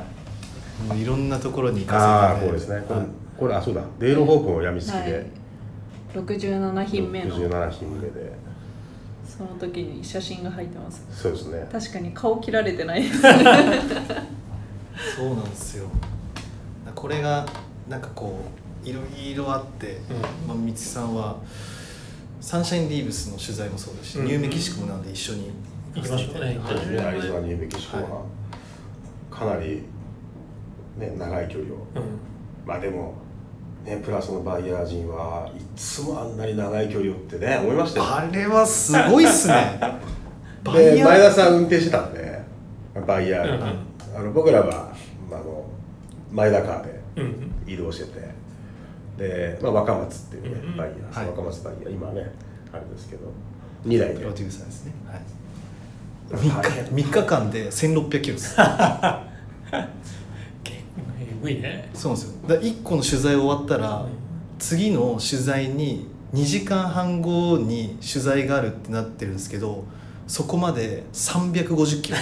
もういろんなところに行かせて、ね、 ああそうですねこれ、はい、これあそうだデイル・ホープのやみつきで、はい、 ろくじゅうななひんめのろくじゅうななひんめでその時に写真が入ってますそうですね確かに顔切られてないですねそうなんですよこれがなんかこういろいろあって、うんまあ、三木さんはサンシャインリーブスの取材もそうだし、うん、ニューメキシコもなんで一緒に行きましたねアリゾナニューメキシコは、はい、かなり、ね、長い距離を、うん、まあでもね、プラスのバイヤー陣はいつもあんなに長い距離をってね思いましたよ。 あれはすごいっすねバイヤーで前田さん運転してたんでバイヤーが、 うんあの僕らは、まあ、あの前田カーでうんうん移動してて、で、まあ、若松っていうね、 うんうんバイヤー、 はい若松バイヤー今ねあれですけどにだいでプロデューサーですね、はい大変みっかみっかかんでせんろっぴゃくキロです結構えぐいね。 そうなんですよ。だからいっこの取材終わったら、次の取材ににじかんはんごに取材があるってなってるんですけど、そこまでさんびゃくごじゅっキロ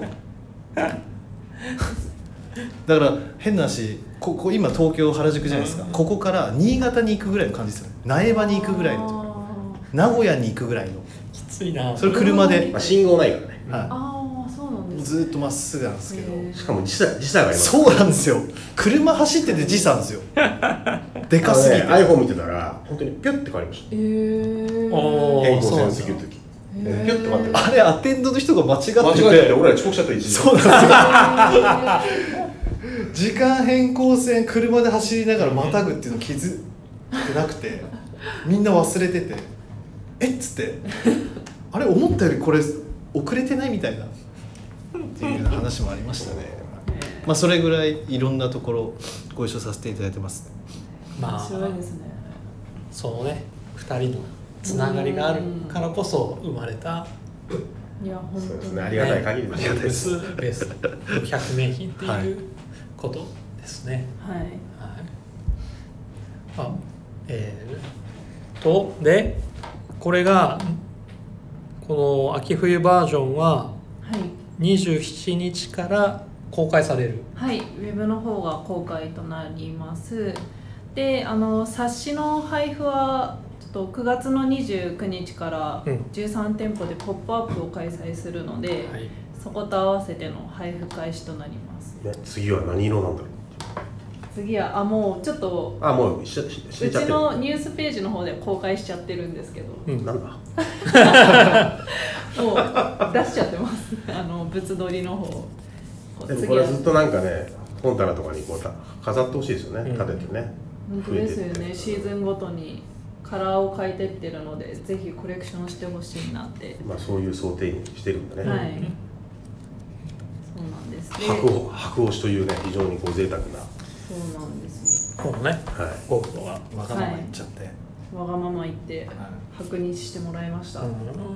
だから変な話、ここ今東京原宿じゃないですか、ここから新潟に行くぐらいの感じですよね。苗場に行くぐらいの、名古屋に行くぐらいの、 きついな。 それ車で、 まあ、信号ないからね、 はああそうなんい、 ですずーっとまっすぐなんですけど、 へーしかも時差時差がありますそうなんですよ。車走ってて時差なんですよ。でかすぎて、 あのね、iPhone 見てたら本当にピュッて変わりましたえー、 おー変更そうなんだ線過ぎる時へーピュッて変わってるあれアテンドの人が間違ってて、 間違えて俺ら遅刻しちゃった一時そうなんですよ。 え時間変更線車で走りながらまたぐっていうの気づいてなくて、みんな忘れてて、えっつってあれ思ったよりこれ遅れてないみたいなっていう話もありましたね。まあそれぐらいいろんなところご一緒させていただいてます。 ー、面まあ白いですね。 そのねふたりのつながりがあるからこそ生まれたいや本当にそうですね、ありがたい限りですベースベースひゃく名品ってはいいうことですね。 はい。 はい。あ、えー、とでこれがこの秋冬バージョンははいにじゅうしちにちから公開される。 はい、ウェブの方が公開となります。で、あの冊子の配布はちょっとくがつのにじゅうくにちからうんじゅうさんてんぽでポップアップを開催するので、 はい。 そこと合わせての配布開始となります。 ね、次は何色なんだろう次はあもうちょっとあもうしししうちしちゃってるのニュースページの方で公開しちゃってるんですけど、 うん。 なんだもう出しちゃってます。あの物撮りの方。こうでも次はこれずっとなんかね本棚とかにこうた飾ってほしいですよね、 うん立ててね本当ですよね。 増えてってシーズンごとにカラーを変えてってるので、ぜひコレクションしてほしいなって。 まあそういう想定にしてるんだね、 はい。そうなんです。で白押白押しというね非常にこう贅沢な、 そうなんですこのねはい、 ゴールドが。 わがまま言っちゃって、 よ。わがまま言ってはい白にしてもらいました。 うん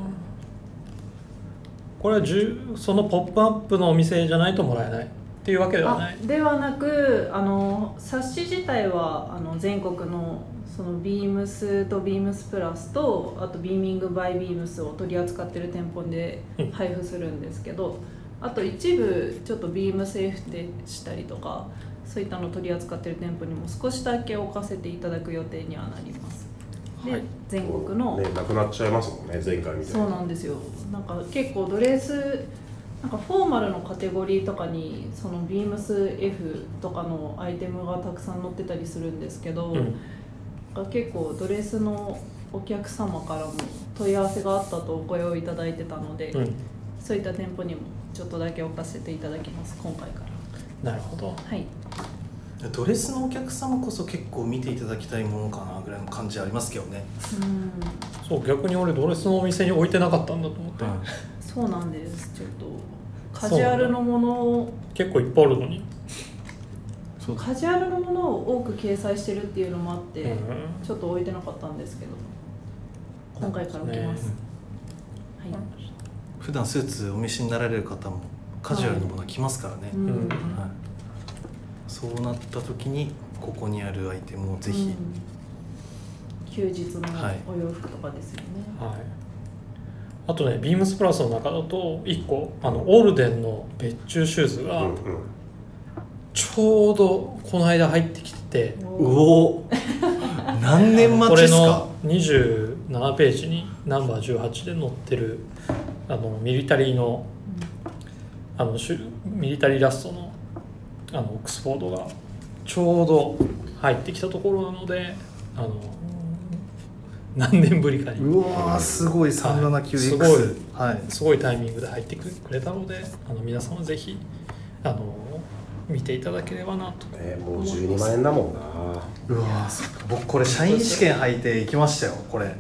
これはじゅそのポップアップのお店じゃないともらえないっていうわけではなあい。 ではなく、あの冊子自体はあの全国のそのビームスとビームスプラスとあとビーミングバイビームスを取り扱ってる店舗でうん配布するんですけど、あと一部ちょっとビームス F でしたりとかそういったのを取り扱ってる店舗にも少しだけ置かせていただく予定にはなります。で、 はい全国の、 ねなくなっちゃいますもんね前回みたいにそうなんですよ。なんか結構ドレスなんかフォーマルのカテゴリーとかにそのビームス F とかのアイテムがたくさん載ってたりするんですけど、 うんなんか結構ドレスのお客様からも問い合わせがあったとお声をいただいてたので、 うん。 そういった店舗にもちょっとだけ置かせていただきます今回からなるほど。 はいドレスのお客様こそ結構見ていただきたいものかなぐらいの感じありますけどね、 うんそう逆に俺ドレスのお店に置いてなかったんだと思って、 そうなんです。ちょっとカジュアルのものを結構いっぱいあるのに。 そうカジュアルのものを多く掲載してるっていうのもあって、 うんちょっと置いてなかったんですけど今回から置きます、 ねはい、 普段スーツお召しになられる方もカジュアルのものは着ますからね、 うんうんはい、そうなった時にここにあるアイテムをぜひ、 うん休日のはいお洋服とかですよね、 はい、あとねビームスプラスの中だといっこあのオールデンの別注シューズがうんうんちょうどこの間入ってきてて、 うお何年待ちですか。 これのにじゅうななページにナンバーじゅうはちで載ってるあのミリタリーのあのシュミリタリーラストのあのオックスフォードがちょうど入ってきたところなので、あの何年ぶりかにうわーすごい さんななきゅうエックス、 はいすごいはい、 すごいタイミングで入ってくれたので、あの皆さんはぜひあの見ていただければなと。 ね、もうじゅうにまん円だもんな。 うわーそっか僕これ社員試験履いて行きましたよこれ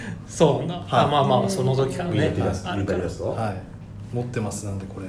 そうな、 はいあまあまあその時からねウィンターイラストウィンターイラストはい持ってますなんでこれ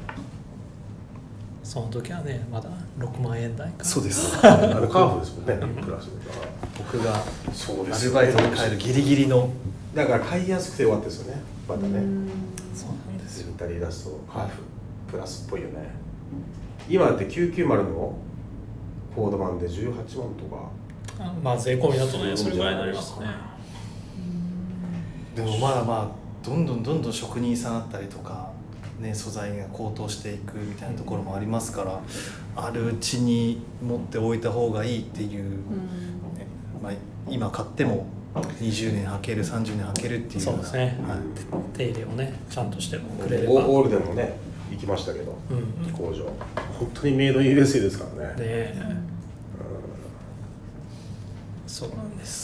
その時はねまだろくまんえん台かそうですあのカーフですもんねプラス僕がそうですアルバイトで買えるギリギリのだから買いやすくてよかったですよねまたねそうなんですよ。 ウィンターイラストカーフプラスっぽいよね今だってきゅうきゅうまるのフォード版でじゅうはちまんとかあまあ税込みだとねそれぐらいになりますね。 でもまだまあどんどんどんどん職人さんあったりとか、ね、素材が高騰していくみたいなところもありますから、あるうちに持っておいた方がいいっていう、ねまあ、今買ってもにじゅうねん履けるさんじゅうねん履けるっていうよそうですね、 はい、 手入れをねちゃんとしてくれればオールでもね行きましたけど、 うん工場本当にメイドイン ユーエスエー ですからねで、そうなんです。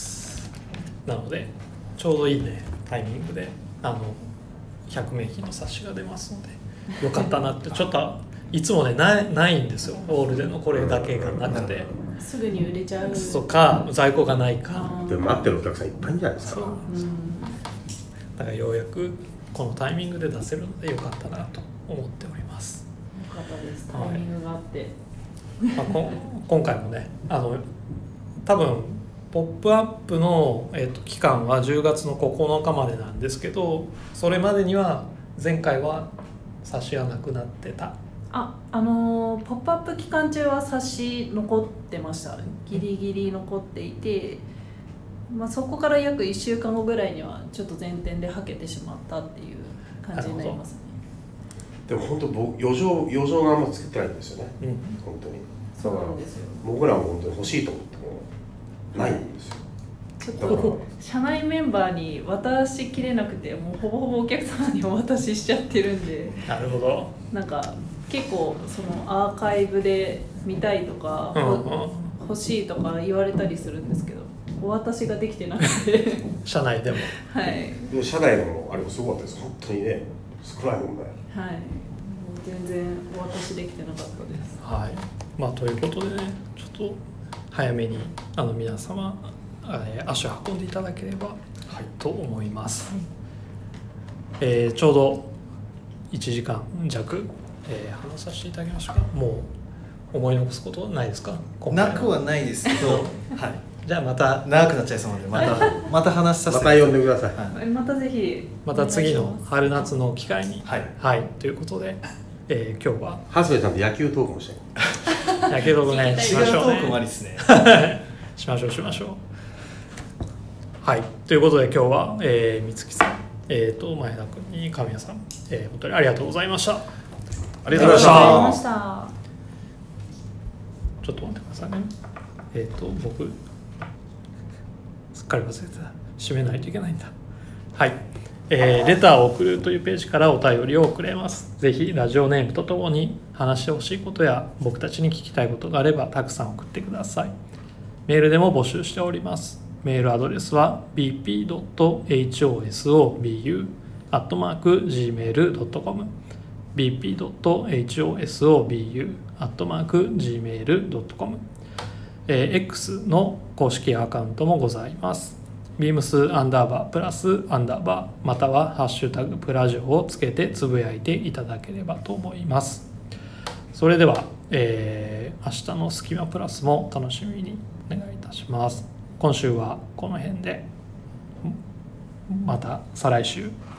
なのでちょうどいいねタイミングであのひゃくめいきの冊子が出ますのでよかったなってちょっといつもねな い, ないんですよオールでのこれだけがなくてすぐに売れちゃうとか在庫がないかでも待ってるお客さんいっぱいいるんじゃないですかそうだからようやくこのタイミングで出せるのでよかったなと思っております。 よかったですタイミングがあって、 まあ、こ今回もねあの多分ポップアップの、えー、と期間はじゅうがつのここのかまでなんですけどそれまでには前回は冊子がなくなってた。 あ、あのー、ポップアップ期間中は冊子残ってましたギリギリ残っていて、まあ、そこから約いっしゅうかんごぐらいにはちょっと前転ではけてしまったっていう感じになりますね。 でも本当僕余剰余剰があんま作ってないんですよね、 うん、 本当にそうなんですよ。 僕らも本当に欲しいと思ってもないんですよちょっだからと社内メンバーに渡しきれなくてもうほぼほぼお客様にお渡ししちゃってるんでなるほど、 なんか結構そのアーカイブで見たいとか、 うんうん、 欲しいとか言われたりするんですけどお渡しができてなくて社内でもはいでも社内のあれもすごかったです本当にね少ないもんねはいもう全然お渡しできてなかったですはいまあということでねちょっと早めにあの皆様、えー足を運んでいただければ、はい、と思います、はいえー、ちょうどいちじかん弱、えー、話させていただきましたがもう思い残すことはないですか？ なくはないですけど、はい、 じゃあまた長くなっちゃいそうなのでまたまた話させてまた呼んでください、 はいまたぜひまた次の春夏の機会にはい、 はい、ということで、えー、今日は長谷部さんと野球トークもしてやけどねしましょう違うトークもあねりですねしましょうしましょうはいということで今日は、えー、三月さん、えー、と前田君に神谷さん、えー、本当にありがとうございました。 ありがとうございましたありがとうございました。 ちょっと待ってくださいね。えっ、と僕すっかり忘れてた。締めないといけないんだ。はい、えー、レターを送るというページからお便りを送れます。ぜひラジオネームとともに話してほしいことや僕たちに聞きたいことがあればたくさん送ってください。メールでも募集しております。メールアドレスは ビーピードットホソビュー アットマーク ジーメールドットコム ビーピードットホソビュー アットマーク ジーメールドットコム えー、X の公式アカウントもございます。ビームスアンダーバープラスアンダーバーまたはハッシュタグプラジオをつけてつぶやいていただければと思います。それでは、えー、明日のスキマプラスも楽しみにお願いいたします。今週はこの辺でまた再来週